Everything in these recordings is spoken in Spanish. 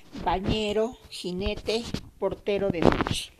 bañero, jinete, portero de noche.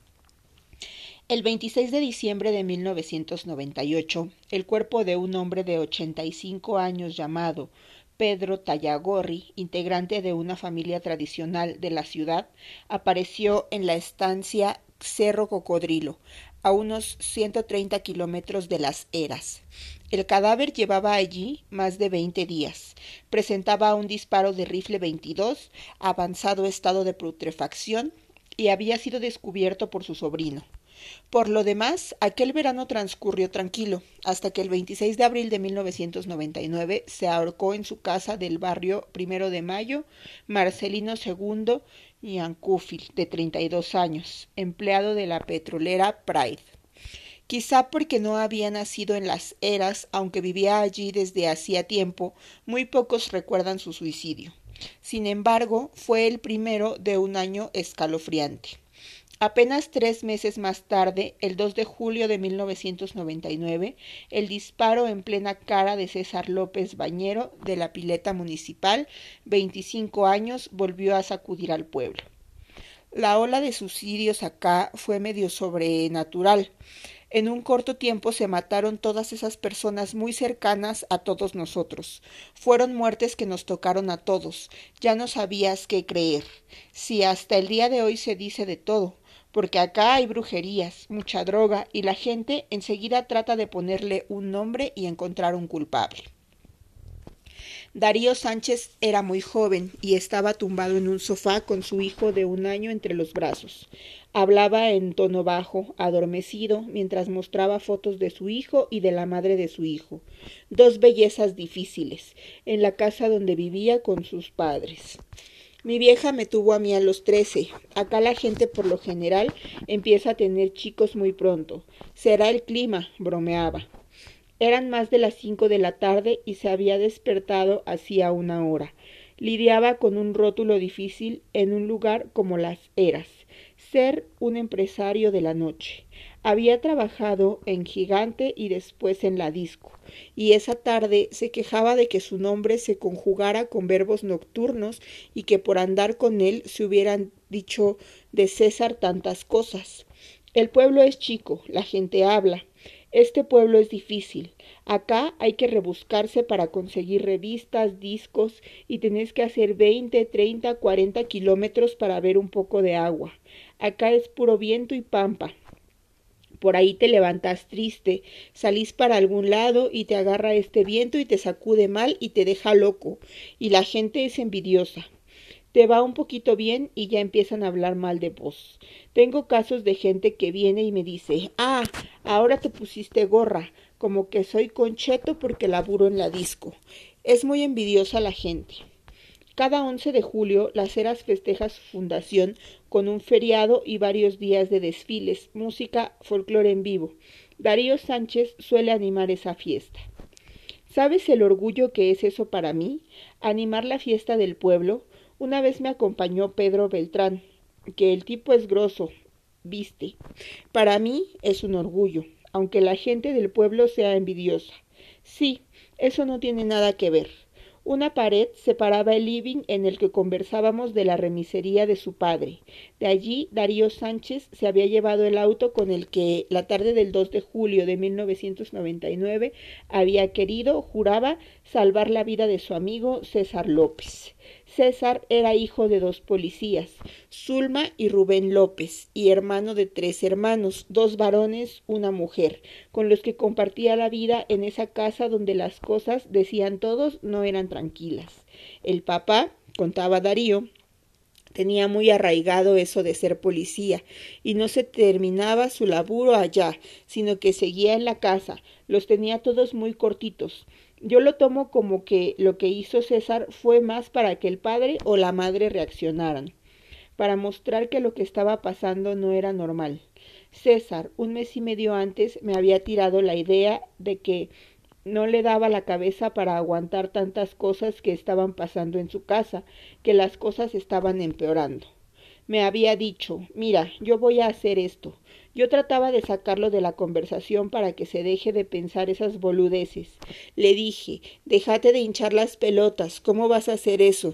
El 26 de diciembre de 1998, el cuerpo de un hombre de 85 años llamado Pedro Tallagorri, integrante de una familia tradicional de la ciudad, apareció en la estancia Cerro Cocodrilo, a unos 130 kilómetros de Las Heras. El cadáver llevaba allí más de 20 días. Presentaba un disparo de rifle 22, avanzado estado de putrefacción, y había sido descubierto por su sobrino. Por lo demás, aquel verano transcurrió tranquilo, hasta que el 26 de abril de 1999 se ahorcó en su casa del barrio Primero de Mayo Marcelino II Ñancúfil, de 32 años, empleado de la petrolera Pride. Quizá porque no había nacido en Las Heras, aunque vivía allí desde hacía tiempo, muy pocos recuerdan su suicidio. Sin embargo, fue el primero de un año escalofriante. Apenas 3 meses más tarde, el 2 de julio de 1999, el disparo en plena cara de César López Bañero, de la Pileta Municipal, 25 años, volvió a sacudir al pueblo. La ola de suicidios acá fue medio sobrenatural. En un corto tiempo se mataron todas esas personas muy cercanas a todos nosotros. Fueron muertes que nos tocaron a todos. Ya no sabías qué creer. Sí, hasta el día de hoy se dice de todo, porque acá hay brujerías, mucha droga, y la gente enseguida trata de ponerle un nombre y encontrar un culpable. Darío Sánchez era muy joven y estaba tumbado en un sofá con su hijo de 1 año entre los brazos. Hablaba en tono bajo, adormecido, mientras mostraba fotos de su hijo y de la madre de su hijo, dos bellezas difíciles, en la casa donde vivía con sus padres. Mi vieja me tuvo a mí a los 13. Acá la gente por lo general empieza a tener chicos muy pronto. Será el clima, bromeaba. Eran más de las 5 de la tarde y se había despertado hacía 1 hora. Lidiaba con un rótulo difícil en un lugar como Las Heras, ser un empresario de la noche. Había trabajado en Gigante y después en la disco, y esa tarde se quejaba de que su nombre se conjugara con verbos nocturnos y que por andar con él se hubieran dicho de César tantas cosas. El pueblo es chico, la gente habla. Este pueblo es difícil. Acá hay que rebuscarse para conseguir revistas, discos, y tenés que hacer 20, 30, 40 kilómetros para ver un poco de agua. Acá es puro viento y pampa. Por ahí te levantas triste, salís para algún lado y te agarra este viento y te sacude mal y te deja loco, y la gente es envidiosa. Te va un poquito bien y ya empiezan a hablar mal de vos. Tengo casos de gente que viene y me dice, ahora te pusiste gorra, como que soy concheto porque laburo en la disco. Es muy envidiosa la gente. Cada 11 de julio, Las Heras festeja su fundación con un feriado y varios días de desfiles, música, folclore en vivo. Darío Sánchez suele animar esa fiesta. ¿Sabes el orgullo que es eso para mí? Animar la fiesta del pueblo. Una vez me acompañó Pedro Beltrán, que el tipo es grosso, viste. Para mí es un orgullo, aunque la gente del pueblo sea envidiosa. Sí, eso no tiene nada que ver. Una pared separaba el living en el que conversábamos de la remisería de su padre. De allí Darío Sánchez se había llevado el auto con el que la tarde del 2 de julio de 1999 había querido, juraba, salvar la vida de su amigo César López. César era hijo de 2 policías, Zulma y Rubén López, y hermano de 3 hermanos, 2 varones, una mujer, con los que compartía la vida en esa casa donde las cosas, decían todos, no eran tranquilas. El papá, contaba Darío, tenía muy arraigado eso de ser policía, y no se terminaba su laburo allá, sino que seguía en la casa, los tenía todos muy cortitos. Yo lo tomo como que lo que hizo César fue más para que el padre o la madre reaccionaran, para mostrar que lo que estaba pasando no era normal. César, 1 mes y medio antes, me había tirado la idea de que no le daba la cabeza para aguantar tantas cosas que estaban pasando en su casa, que las cosas estaban empeorando. Me había dicho, mira, yo voy a hacer esto. Yo trataba de sacarlo de la conversación para que se deje de pensar esas boludeces. Le dije, déjate de hinchar las pelotas, ¿cómo vas a hacer eso?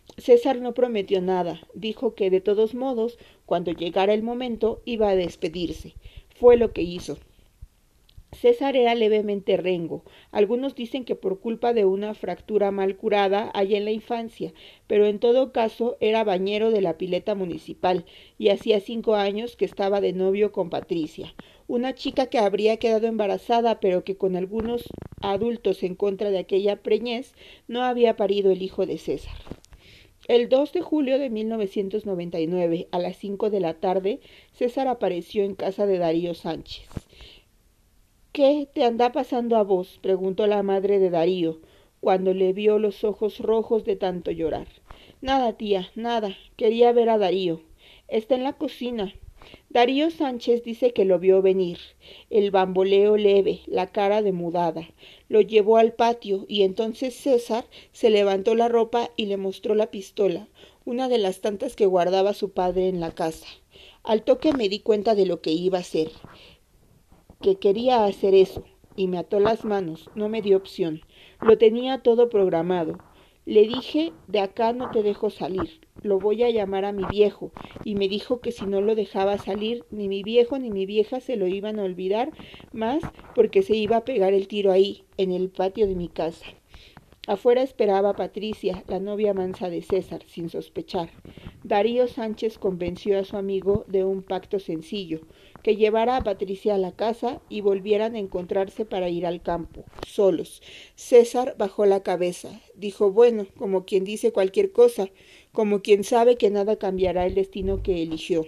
César no prometió nada, dijo que de todos modos, cuando llegara el momento, iba a despedirse. Fue lo que hizo. César era levemente rengo. Algunos dicen que por culpa de una fractura mal curada allá en la infancia, pero en todo caso era bañero de la pileta municipal y hacía 5 años que estaba de novio con Patricia, una chica que habría quedado embarazada pero que con algunos adultos en contra de aquella preñez no había parido el hijo de César. El 2 de julio de 1999, a las 5 de la tarde, César apareció en casa de Darío Sánchez. ¿Qué te anda pasando a vos? Preguntó la madre de Darío, cuando le vio los ojos rojos de tanto llorar. Nada, tía, nada. Quería ver a Darío. Está en la cocina. Darío Sánchez dice que lo vio venir, el bamboleo leve, la cara demudada. Lo llevó al patio y entonces César se levantó la ropa y le mostró la pistola, una de las tantas que guardaba su padre en la casa. Al toque me di cuenta de lo que iba a hacer, que quería hacer eso, y me ató las manos, no me dio opción. Lo tenía todo programado. Le dije, de acá no te dejo salir, lo voy a llamar a mi viejo, y me dijo que si no lo dejaba salir, ni mi viejo ni mi vieja se lo iban a olvidar más porque se iba a pegar el tiro ahí, en el patio de mi casa. Afuera esperaba Patricia, la novia mansa de César, sin sospechar. Darío Sánchez convenció a su amigo de un pacto sencillo, que llevara a Patricia a la casa y volvieran a encontrarse para ir al campo, solos. César bajó la cabeza, dijo bueno, como quien dice cualquier cosa, como quien sabe que nada cambiará el destino que eligió.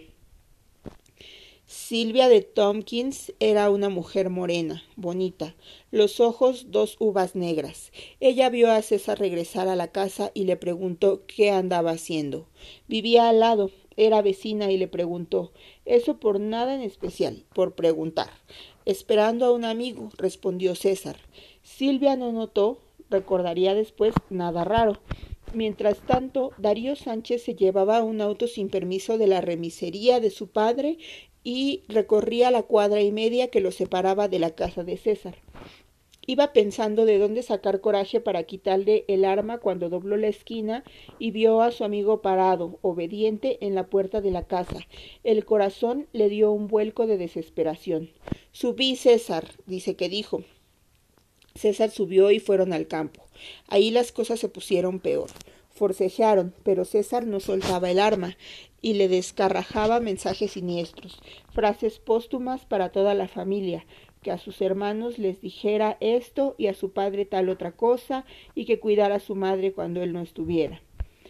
Silvia de Tompkins era una mujer morena, bonita, los ojos 2 uvas negras. Ella vio a César regresar a la casa y le preguntó qué andaba haciendo. Vivía al lado, era vecina y le preguntó. Eso por nada en especial, por preguntar. Esperando a un amigo, respondió César. Silvia no notó, recordaría después, nada raro. Mientras tanto, Darío Sánchez se llevaba un auto sin permiso de la remisería de su padre y recorría la cuadra y media que lo separaba de la casa de César. Iba pensando de dónde sacar coraje para quitarle el arma cuando dobló la esquina y vio a su amigo parado, obediente, en la puerta de la casa. El corazón le dio un vuelco de desesperación. Subí, César, dice que dijo. César subió y fueron al campo. Ahí las cosas se pusieron peor. Forcejearon, pero César no soltaba el arma y le descarrajaba mensajes siniestros, frases póstumas para toda la familia, que a sus hermanos les dijera esto y a su padre tal otra cosa y que cuidara a su madre cuando él no estuviera.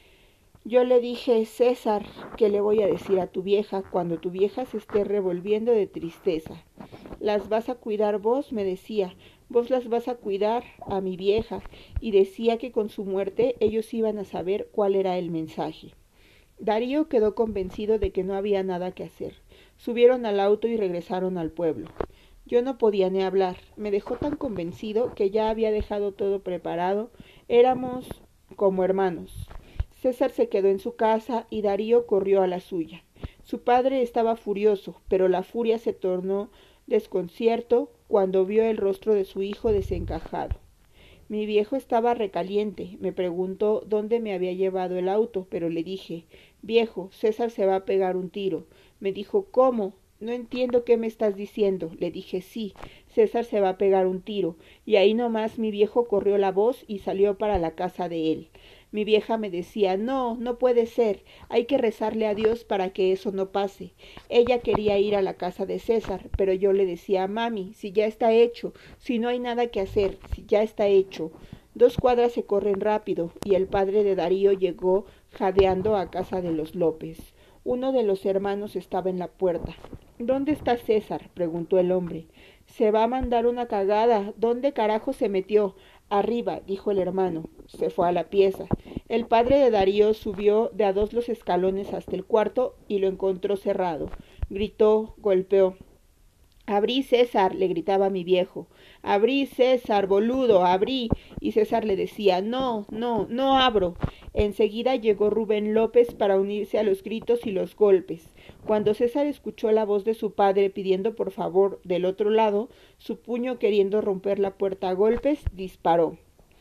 Yo le dije, César, ¿qué le voy a decir a tu vieja cuando tu vieja se esté revolviendo de tristeza? Las vas a cuidar vos, me decía, vos las vas a cuidar a mi vieja, y decía que con su muerte ellos iban a saber cuál era el mensaje. Darío quedó convencido de que no había nada que hacer. Subieron al auto y regresaron al pueblo. Yo no podía ni hablar. Me dejó tan convencido que ya había dejado todo preparado. Éramos como hermanos. César se quedó en su casa y Darío corrió a la suya. Su padre estaba furioso, pero la furia se tornó desconcierto cuando vio el rostro de su hijo desencajado. Mi viejo estaba recaliente. Me preguntó dónde me había llevado el auto, pero le dije, viejo, César se va a pegar un tiro. Me dijo, ¿cómo? No entiendo qué me estás diciendo. Le dije, sí, César se va a pegar un tiro. Y ahí nomás mi viejo corrió la voz y salió para la casa de él. Mi vieja me decía, no, no puede ser, hay que rezarle a Dios para que eso no pase. Ella quería ir a la casa de César, pero yo le decía, mami, si ya está hecho, si no hay nada que hacer, si ya está hecho. 2 cuadras se corren rápido, y el padre de Darío llegó jadeando a casa de los López. Uno de los hermanos estaba en la puerta. ¿Dónde está César? Preguntó el hombre. Se va a mandar una cagada. ¿Dónde carajo se metió? Arriba, dijo el hermano. Se fue a la pieza. El padre de Darío subió de a 2 los escalones hasta el cuarto y lo encontró cerrado. Gritó, golpeó. Abrí, César, le gritaba mi viejo. Abrí, César, boludo, abrí. Y César le decía, no, no, no abro. Enseguida llegó Rubén López para unirse a los gritos y los golpes. Cuando César escuchó la voz de su padre pidiendo por favor del otro lado, su puño queriendo romper la puerta a golpes, disparó.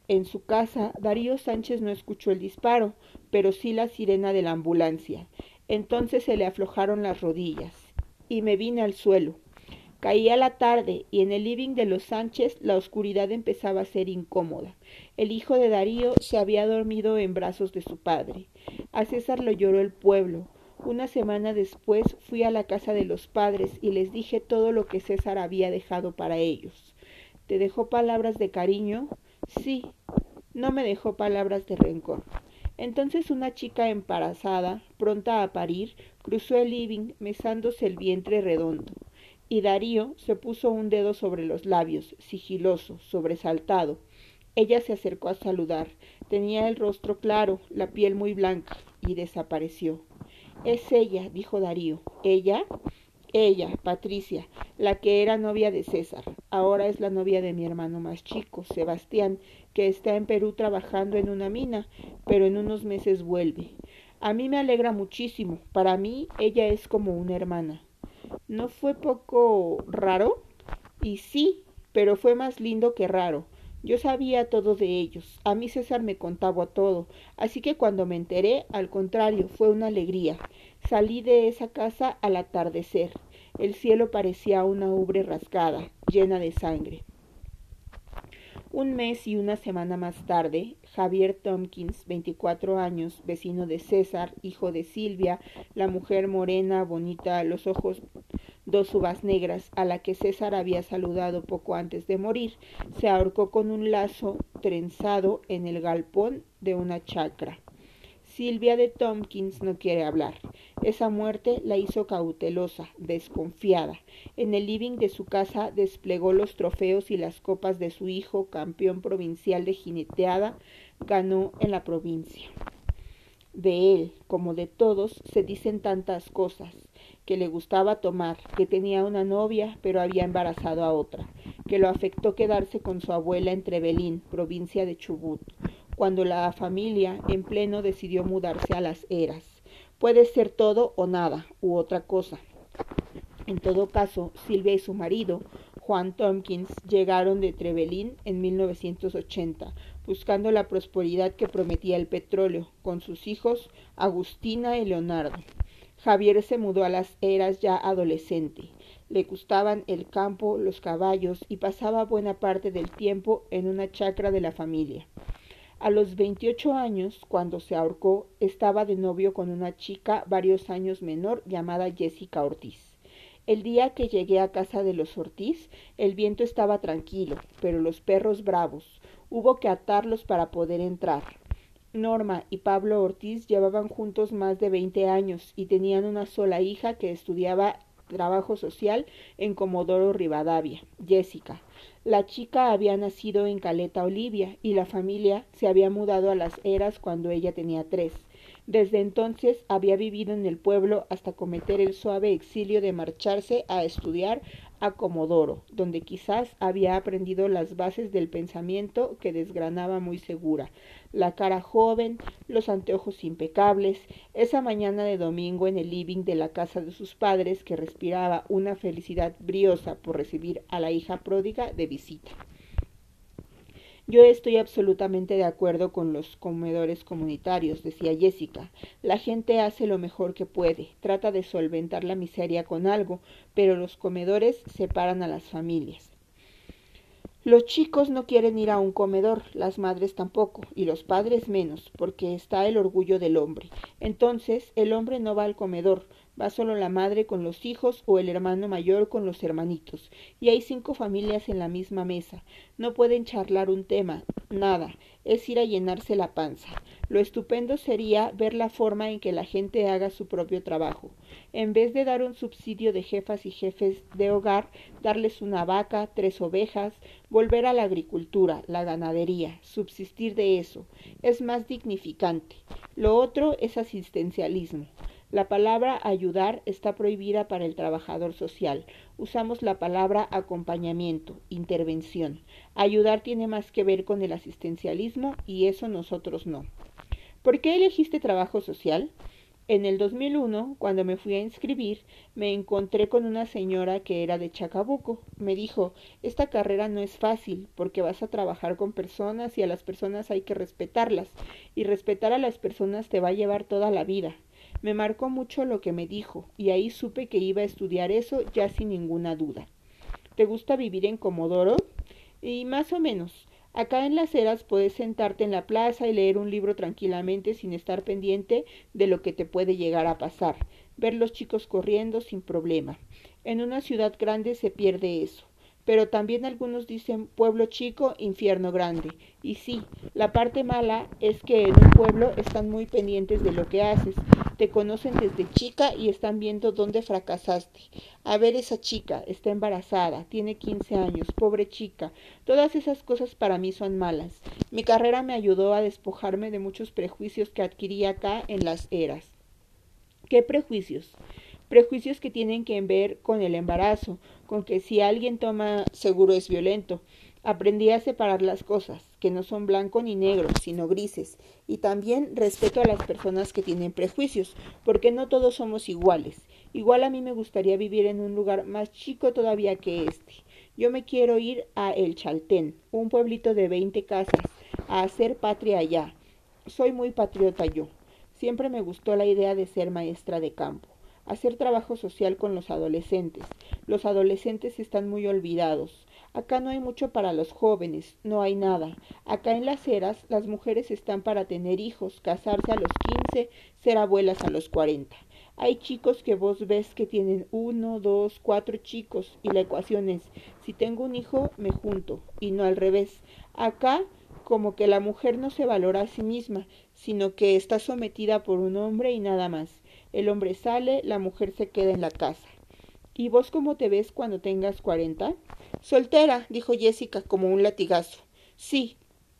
En su casa, Darío Sánchez no escuchó el disparo, pero sí la sirena de la ambulancia. Entonces se le aflojaron las rodillas, y me vine al suelo. Caía la tarde y en el living de los Sánchez la oscuridad empezaba a ser incómoda. El hijo de Darío se había dormido en brazos de su padre. A César lo lloró el pueblo. Una semana después fui a la casa de los padres y les dije todo lo que César había dejado para ellos. ¿Te dejó palabras de cariño? Sí. No me dejó palabras de rencor. Entonces una chica embarazada, pronta a parir, cruzó el living mesándose el vientre redondo. Y Darío se puso un dedo sobre los labios, sigiloso, sobresaltado. Ella se acercó a saludar. Tenía el rostro claro, la piel muy blanca, y desapareció. Es ella, dijo Darío. ¿Ella? Ella, Patricia, la que era novia de César. Ahora es la novia de mi hermano más chico, Sebastián, que está en Perú trabajando en una mina, pero en unos meses vuelve. A mí me alegra muchísimo. Para mí, ella es como una hermana. ¿No fue poco raro? Y sí, pero fue más lindo que raro. Yo sabía todo de ellos. A mí César me contaba todo. Así que cuando me enteré, al contrario, fue una alegría. Salí de esa casa al atardecer. El cielo parecía una ubre rasgada, llena de sangre. Un mes y una semana más tarde, Javier Tompkins, 24 años, vecino de César, hijo de Silvia, la mujer morena, bonita, los ojos dos uvas negras, a la que César había saludado poco antes de morir, se ahorcó con un lazo trenzado en el galpón de una chacra. Silvia de Tompkins no quiere hablar. Esa muerte la hizo cautelosa, desconfiada. En el living de su casa desplegó los trofeos y las copas de su hijo, campeón provincial de jineteada, ganó en la provincia. De él, como de todos, se dicen tantas cosas, que le gustaba tomar, que tenía una novia, pero había embarazado a otra, que lo afectó quedarse con su abuela en Trevelín, provincia de Chubut, cuando la familia en pleno decidió mudarse a Las Heras. Puede ser todo o nada, u otra cosa. En todo caso, Silvia y su marido, Juan Tompkins, llegaron de Trevelín en 1980, buscando la prosperidad que prometía el petróleo, con sus hijos Agustina y Leonardo. Javier se mudó a Las Heras ya adolescente. Le gustaban el campo, los caballos y pasaba buena parte del tiempo en una chacra de la familia. A los 28 años, cuando se ahorcó, estaba de novio con una chica varios años menor llamada Jessica Ortiz. El día que llegué a casa de los Ortiz, el viento estaba tranquilo, pero los perros bravos. Hubo que atarlos para poder entrar. Norma y Pablo Ortiz llevaban juntos más de 20 años y tenían una sola hija que estudiaba trabajo social en Comodoro Rivadavia, Jessica. La chica había nacido en Caleta Olivia y la familia se había mudado a Las Heras cuando ella tenía 3. Desde entonces había vivido en el pueblo hasta cometer el suave exilio de marcharse a estudiar a Comodoro, donde quizás había aprendido las bases del pensamiento que desgranaba muy segura. La cara joven, los anteojos impecables, esa mañana de domingo en el living de la casa de sus padres que respiraba una felicidad briosa por recibir a la hija pródiga de visita. Yo estoy absolutamente de acuerdo con los comedores comunitarios, decía Jessica. La gente hace lo mejor que puede, trata de solventar la miseria con algo, pero los comedores separan a las familias. Los chicos no quieren ir a un comedor, las madres tampoco, y los padres menos, porque está el orgullo del hombre. Entonces, el hombre no va al comedor, va solo la madre con los hijos o el hermano mayor con los hermanitos, y hay 5 familias en la misma mesa. No pueden charlar un tema, nada, es ir a llenarse la panza. Lo estupendo sería ver la forma en que la gente haga su propio trabajo. En vez de dar un subsidio de jefas y jefes de hogar, darles una vaca, 3 ovejas, volver a la agricultura, la ganadería, subsistir de eso. Es más dignificante. Lo otro es asistencialismo. La palabra ayudar está prohibida para el trabajador social. Usamos la palabra acompañamiento, intervención. Ayudar tiene más que ver con el asistencialismo y eso nosotros no. ¿Por qué elegiste trabajo social? En el 2001, cuando me fui a inscribir, me encontré con una señora que era de Chacabuco. Me dijo, esta carrera no es fácil porque vas a trabajar con personas y a las personas hay que respetarlas, y respetar a las personas te va a llevar toda la vida. Me marcó mucho lo que me dijo, y ahí supe que iba a estudiar eso ya sin ninguna duda. ¿Te gusta vivir en Comodoro? Y más o menos. Acá en Las Heras puedes sentarte en la plaza y leer un libro tranquilamente sin estar pendiente de lo que te puede llegar a pasar, ver los chicos corriendo sin problema. En una ciudad grande se pierde eso. Pero también algunos dicen pueblo chico, infierno grande. Y sí, la parte mala es que en un pueblo están muy pendientes de lo que haces. Te conocen desde chica y están viendo dónde fracasaste. A ver, esa chica está embarazada, tiene 15 años, pobre chica. Todas esas cosas para mí son malas. Mi carrera me ayudó a despojarme de muchos prejuicios que adquirí acá en Las Heras. ¿Qué prejuicios? Prejuicios que tienen que ver con el embarazo, con que si alguien toma seguro es violento. Aprendí a separar las cosas, que no son blanco ni negro, sino grises. Y también respeto a las personas que tienen prejuicios, porque no todos somos iguales. Igual a mí me gustaría vivir en un lugar más chico todavía que este. Yo me quiero ir a El Chaltén, un pueblito de 20 casas, a hacer patria allá. Soy muy patriota yo. Siempre me gustó la idea de ser maestra de campo, hacer trabajo social con los adolescentes. Los adolescentes están muy olvidados. Acá no hay mucho para los jóvenes, no hay nada. Acá en Las Heras las mujeres están para tener hijos, casarse a los 15, ser abuelas a los 40. Hay chicos que vos ves que tienen 1, 2, 4 chicos y la ecuación es, si tengo un hijo, me junto, y no al revés. Acá como que la mujer no se valora a sí misma, sino que está sometida por un hombre y nada más. El hombre sale, la mujer se queda en la casa. ¿Y vos cómo te ves cuando tengas 40? Soltera, dijo Jessica como un latigazo. Sí,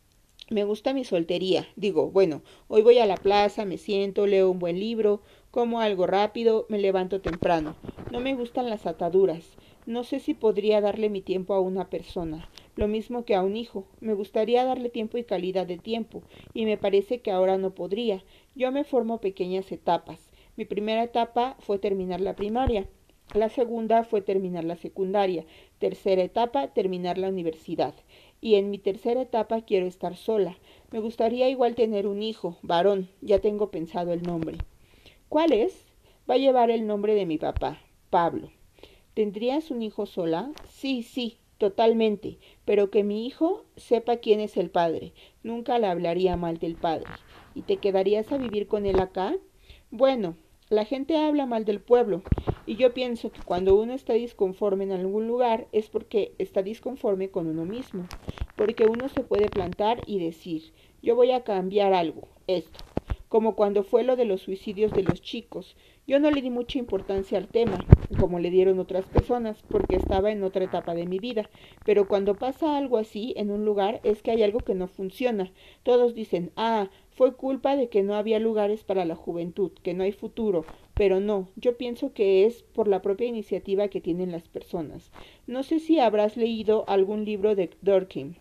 me gusta mi soltería. Digo, bueno, hoy voy a la plaza, me siento, leo un buen libro, como algo rápido, me levanto temprano. No me gustan las ataduras. No sé si podría darle mi tiempo a una persona, lo mismo que a un hijo. Me gustaría darle tiempo y calidad de tiempo, y me parece que ahora no podría. Yo me formo pequeñas etapas. Mi primera etapa fue terminar la primaria. La segunda fue terminar la secundaria. Tercera etapa, terminar la universidad. Y en mi tercera etapa quiero estar sola. Me gustaría igual tener un hijo, varón. Ya tengo pensado el nombre. ¿Cuál es? Va a llevar el nombre de mi papá, Pablo. ¿Tendrías un hijo sola? Sí, sí, totalmente, pero que mi hijo sepa quién es el padre. Nunca le hablaría mal del padre. ¿Y te quedarías a vivir con él acá? Bueno, la gente habla mal del pueblo, y yo pienso que cuando uno está disconforme en algún lugar es porque está disconforme con uno mismo, porque uno se puede plantar y decir, yo voy a cambiar algo, esto, como cuando fue lo de los suicidios de los chicos. Yo no le di mucha importancia al tema, como le dieron otras personas, porque estaba en otra etapa de mi vida, pero cuando pasa algo así en un lugar es que hay algo que no funciona. Todos dicen, ah, fue culpa de que no había lugares para la juventud, que no hay futuro, pero no, yo pienso que es por la propia iniciativa que tienen las personas. No sé si habrás leído algún libro de Durkheim.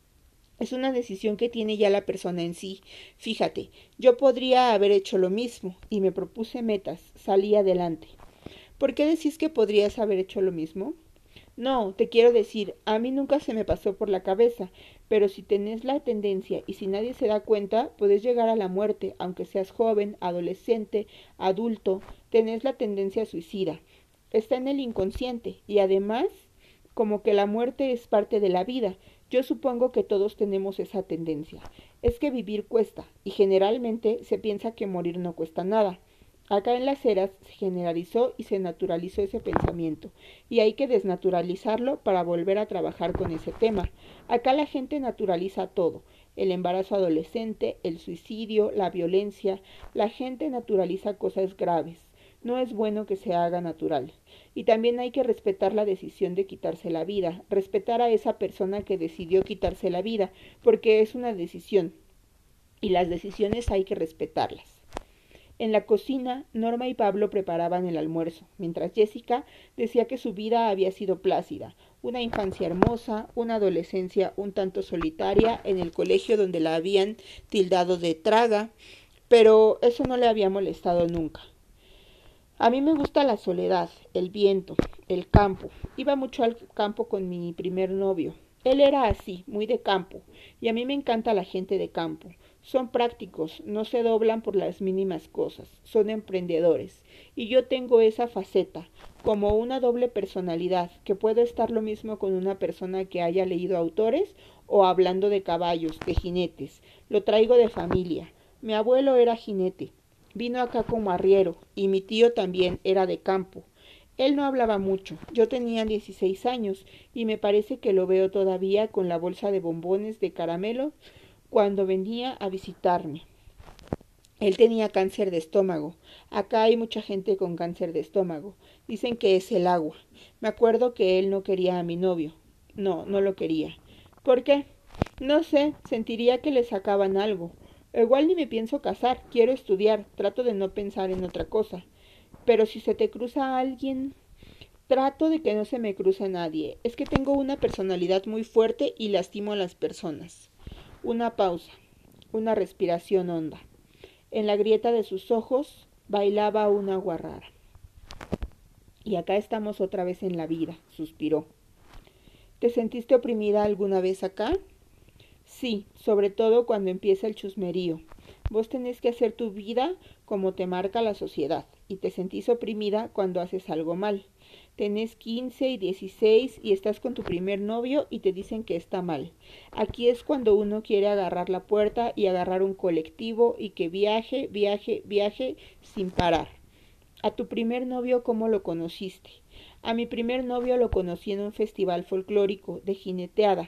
Es una decisión que tiene ya la persona en sí. Fíjate, yo podría haber hecho lo mismo y me propuse metas, salí adelante. ¿Por qué decís que podrías haber hecho lo mismo? No, te quiero decir, a mí nunca se me pasó por la cabeza, pero si tenés la tendencia y si nadie se da cuenta, puedes llegar a la muerte, aunque seas joven, adolescente, adulto, tenés la tendencia suicida. Está en el inconsciente y además, como que la muerte es parte de la vida, yo supongo que todos tenemos esa tendencia. Es que vivir cuesta y generalmente se piensa que morir no cuesta nada. Acá en Las Heras se generalizó y se naturalizó ese pensamiento, y hay que desnaturalizarlo para volver a trabajar con ese tema. Acá la gente naturaliza todo, el embarazo adolescente, el suicidio, la violencia, la gente naturaliza cosas graves. No es bueno que se haga natural. Y también hay que respetar la decisión de quitarse la vida, respetar a esa persona que decidió quitarse la vida, porque es una decisión, y las decisiones hay que respetarlas. En la cocina, Norma y Pablo preparaban el almuerzo, mientras Jessica decía que su vida había sido plácida, una infancia hermosa, una adolescencia un tanto solitaria en el colegio donde la habían tildado de traga, pero eso no le había molestado nunca. A mí me gusta la soledad, el viento, el campo. Iba mucho al campo con mi primer novio. Él era así, muy de campo, y a mí me encanta la gente de campo. Son prácticos, no se doblan por las mínimas cosas, son emprendedores. Y yo tengo esa faceta, como una doble personalidad, que puedo estar lo mismo con una persona que haya leído autores o hablando de caballos, de jinetes. Lo traigo de familia. Mi abuelo era jinete. Vino acá como arriero, y mi tío también era de campo. Él no hablaba mucho. Yo tenía 16 años, y me parece que lo veo todavía con la bolsa de bombones de caramelo cuando venía a visitarme. Él tenía cáncer de estómago. Acá hay mucha gente con cáncer de estómago. Dicen que es el agua. Me acuerdo que él no quería a mi novio. No, no lo quería. ¿Por qué? No sé, sentiría que le sacaban algo. Igual ni me pienso casar, quiero estudiar, trato de no pensar en otra cosa. Pero si se te cruza alguien, trato de que no se me cruce nadie. Es que tengo una personalidad muy fuerte y lastimo a las personas. Una pausa, una respiración honda. En la grieta de sus ojos bailaba un agua rara. Y acá estamos otra vez en la vida, suspiró. ¿Te sentiste oprimida alguna vez acá? Sí, sobre todo cuando empieza el chusmerío. Vos tenés que hacer tu vida como te marca la sociedad, y te sentís oprimida cuando haces algo mal. Tenés 15 y 16 y estás con tu primer novio y te dicen que está mal. Aquí es cuando uno quiere agarrar la puerta y agarrar un colectivo y que viaje, viaje, viaje sin parar. ¿A tu primer novio cómo lo conociste? A mi primer novio lo conocí en un festival folclórico de jineteada.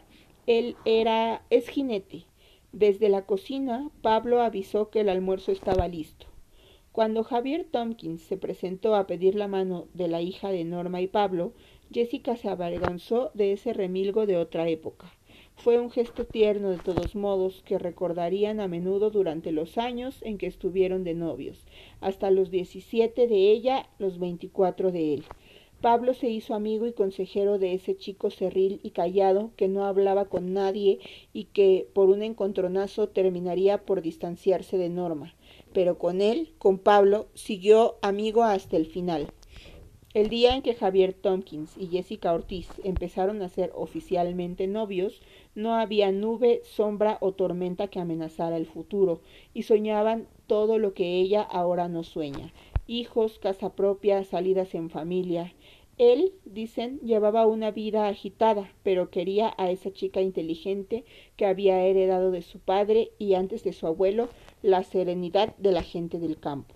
Es jinete. Desde la cocina, Pablo avisó que el almuerzo estaba listo. Cuando Javier Tompkins se presentó a pedir la mano de la hija de Norma y Pablo, Jessica se avergonzó de ese remilgo de otra época. Fue un gesto tierno de todos modos que recordarían a menudo durante los años en que estuvieron de novios, hasta los 17 de ella, los 24 de él. Pablo se hizo amigo y consejero de ese chico cerril y callado que no hablaba con nadie y que, por un encontronazo, terminaría por distanciarse de Norma. Pero con él, con Pablo, siguió amigo hasta el final. El día en que Javier Tompkins y Jessica Ortiz empezaron a ser oficialmente novios, no había nube, sombra o tormenta que amenazara el futuro, y soñaban todo lo que ella ahora no sueña: hijos, casa propia, salidas en familia. Él, dicen, llevaba una vida agitada, pero quería a esa chica inteligente que había heredado de su padre y antes de su abuelo la serenidad de la gente del campo.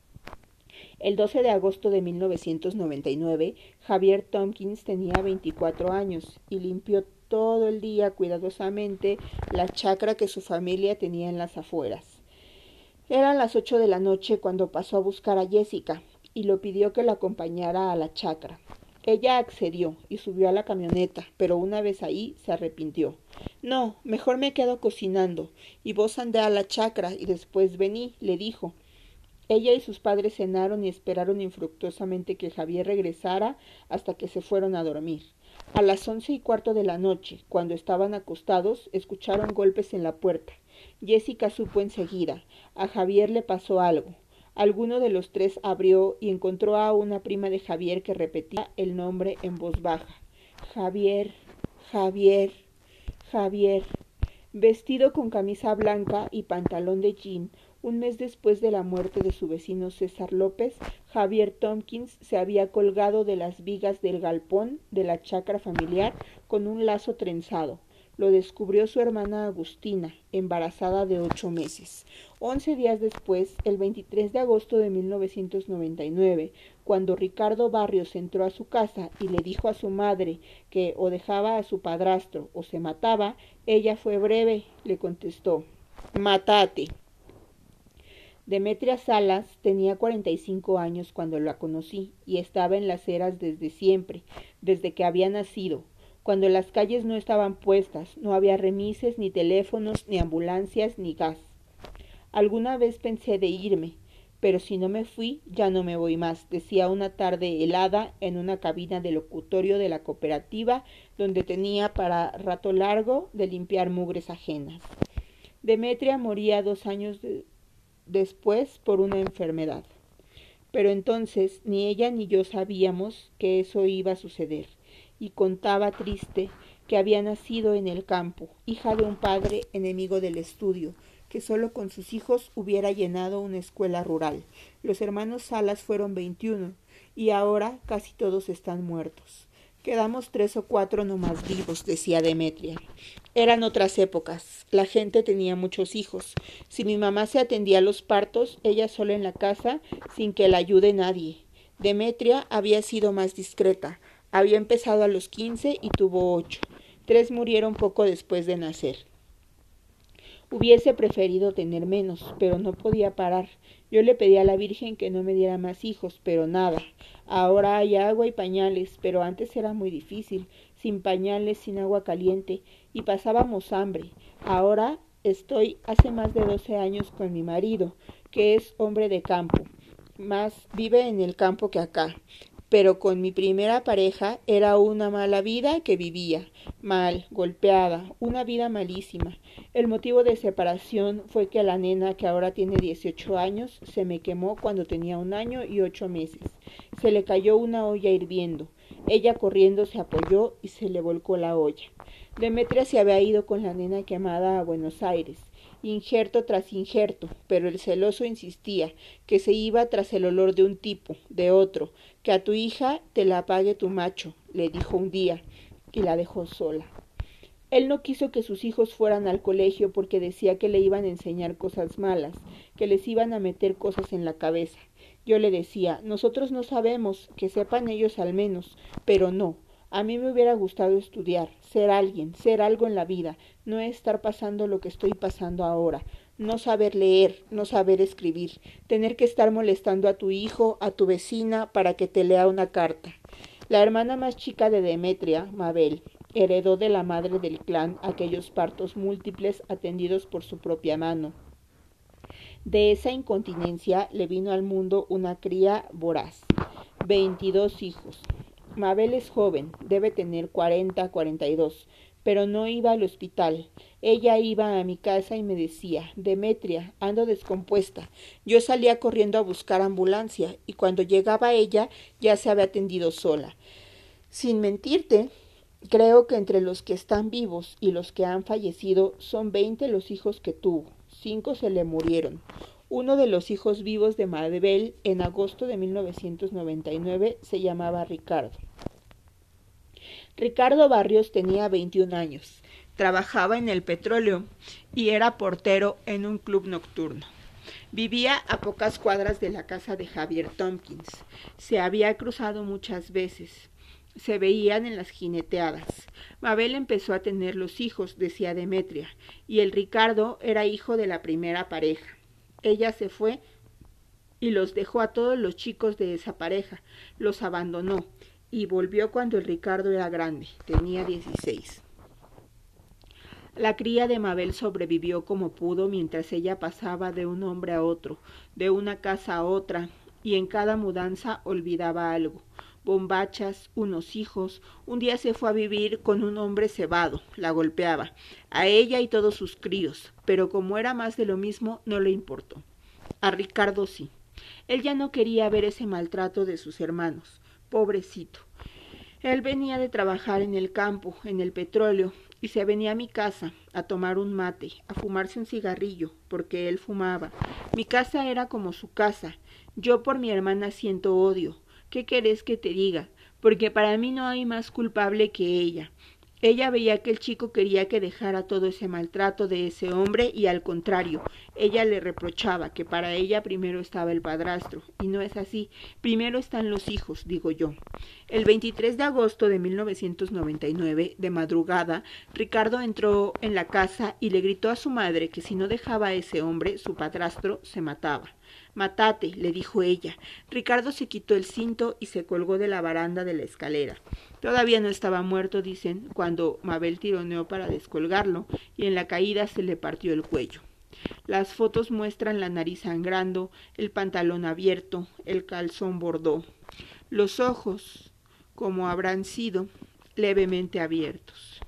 El 12 de agosto de 1999, Javier Tompkins tenía 24 años y limpió todo el día cuidadosamente la chacra que su familia tenía en las afueras. Eran las 8 de la noche cuando pasó a buscar a Jessica y lo pidió que la acompañara a la chacra. Ella accedió y subió a la camioneta, pero una vez ahí se arrepintió. No, mejor me quedo cocinando, y vos andé a la chacra y después vení, le dijo. Ella y sus padres cenaron y esperaron infructuosamente que Javier regresara hasta que se fueron a dormir. A las 11:15 de la noche, cuando estaban acostados, escucharon golpes en la puerta. Jessica supo enseguida. A Javier le pasó algo. Alguno de los tres abrió y encontró a una prima de Javier que repetía el nombre en voz baja. Javier, Javier, Javier. Vestido con camisa blanca y pantalón de jean, un mes después de la muerte de su vecino César López, Javier Tompkins se había colgado de las vigas del galpón de la chacra familiar con un lazo trenzado. Lo descubrió su hermana Agustina, embarazada de 8 meses. 11 días después, el 23 de agosto de 1999, cuando Ricardo Barrios entró a su casa y le dijo a su madre que o dejaba a su padrastro o se mataba, ella fue breve, le contestó: «Mátate». Demetria Salas tenía 45 años cuando la conocí y estaba en las eras desde siempre, desde que había nacido. Cuando las calles no estaban puestas, no había remises, ni teléfonos, ni ambulancias, ni gas. Alguna vez pensé de irme, pero si no me fui, ya no me voy más, decía una tarde helada en una cabina de locutorio de la cooperativa donde tenía para rato largo de limpiar mugres ajenas. Demetria moría 2 años después por una enfermedad. Pero entonces ni ella ni yo sabíamos que eso iba a suceder, y contaba triste que había nacido en el campo, hija de un padre enemigo del estudio, que solo con sus hijos hubiera llenado una escuela rural. Los hermanos Salas fueron 21, y ahora casi todos están muertos. Quedamos 3 o 4 nomás vivos, decía Demetria. Eran otras épocas. La gente tenía muchos hijos. Si mi mamá se atendía a los partos, ella sola en la casa, sin que la ayude nadie. Demetria había sido más discreta. Había empezado a los 15 y tuvo 8. 3 murieron poco después de nacer. Hubiese preferido tener menos, pero no podía parar. Yo le pedí a la Virgen que no me diera más hijos, pero nada. Ahora hay agua y pañales, pero antes era muy difícil, sin pañales, sin agua caliente, y pasábamos hambre. Ahora estoy hace más de 12 años con mi marido, que es hombre de campo. Más vive en el campo que acá. Pero con mi primera pareja era una mala vida que vivía, mal, golpeada, una vida malísima. El motivo de separación fue que la nena, que ahora tiene 18 años, se me quemó cuando tenía 1 año y 8 meses. Se le cayó una olla hirviendo. Ella corriendo se apoyó y se le volcó la olla. Demetria se había ido con la nena quemada a Buenos Aires, injerto tras injerto, pero el celoso insistía que se iba tras el olor de un tipo, de otro, que a tu hija te la pague tu macho, le dijo un día, y la dejó sola. Él no quiso que sus hijos fueran al colegio porque decía que le iban a enseñar cosas malas, que les iban a meter cosas en la cabeza. Yo le decía, nosotros no sabemos, que sepan ellos al menos, pero no. A mí me hubiera gustado estudiar, ser alguien, ser algo en la vida, no estar pasando lo que estoy pasando ahora, no saber leer, no saber escribir, tener que estar molestando a tu hijo, a tu vecina, para que te lea una carta. La hermana más chica de Demetria, Mabel, heredó de la madre del clan aquellos partos múltiples atendidos por su propia mano. De esa incontinencia le vino al mundo una cría voraz, 22 hijos. Mabel es joven, debe tener 40, 42, pero no iba al hospital. Ella iba a mi casa y me decía, Demetria, ando descompuesta. Yo salía corriendo a buscar ambulancia y cuando llegaba ella ya se había atendido sola. Sin mentirte, creo que entre los que están vivos y los que han fallecido son 20 los hijos que tuvo. 5 se le murieron. Uno de los hijos vivos de Mabel en agosto de 1999 se llamaba Ricardo. Ricardo Barrios tenía 21 años, trabajaba en el petróleo y era portero en un club nocturno. Vivía a pocas cuadras de la casa de Javier Tompkins. Se había cruzado muchas veces. Se veían en las jineteadas. Mabel empezó a tener los hijos, decía Demetria, y el Ricardo era hijo de la primera pareja. Ella se fue y los dejó a todos los chicos de esa pareja, los abandonó y volvió cuando el Ricardo era grande, tenía 16. La cría de Mabel sobrevivió como pudo mientras ella pasaba de un hombre a otro, de una casa a otra, y en cada mudanza olvidaba algo. Bombachas, unos hijos, un día se fue a vivir con un hombre cebado, la golpeaba, a ella y todos sus críos, pero como era más de lo mismo, no le importó. A Ricardo sí. Él ya no quería ver ese maltrato de sus hermanos. Pobrecito. Él venía de trabajar en el campo, en el petróleo, y se venía a mi casa a tomar un mate, a fumarse un cigarrillo, porque él fumaba. Mi casa era como su casa. Yo por mi hermana siento odio. ¿Qué querés que te diga? Porque para mí no hay más culpable que ella. Ella veía que el chico quería que dejara todo ese maltrato de ese hombre y al contrario, ella le reprochaba que para ella primero estaba el padrastro, y no es así, primero están los hijos, digo yo. El 23 de agosto de 1999, de madrugada, Ricardo entró en la casa y le gritó a su madre que si no dejaba a ese hombre, su padrastro se mataba. Mátate, le dijo ella. Ricardo se quitó el cinto y se colgó de la baranda de la escalera. Todavía no estaba muerto, dicen, cuando Mabel tironeó para descolgarlo y en la caída se le partió el cuello. Las fotos muestran la nariz sangrando, el pantalón abierto, el calzón bordó. Los ojos, como habrán sido, levemente abiertos.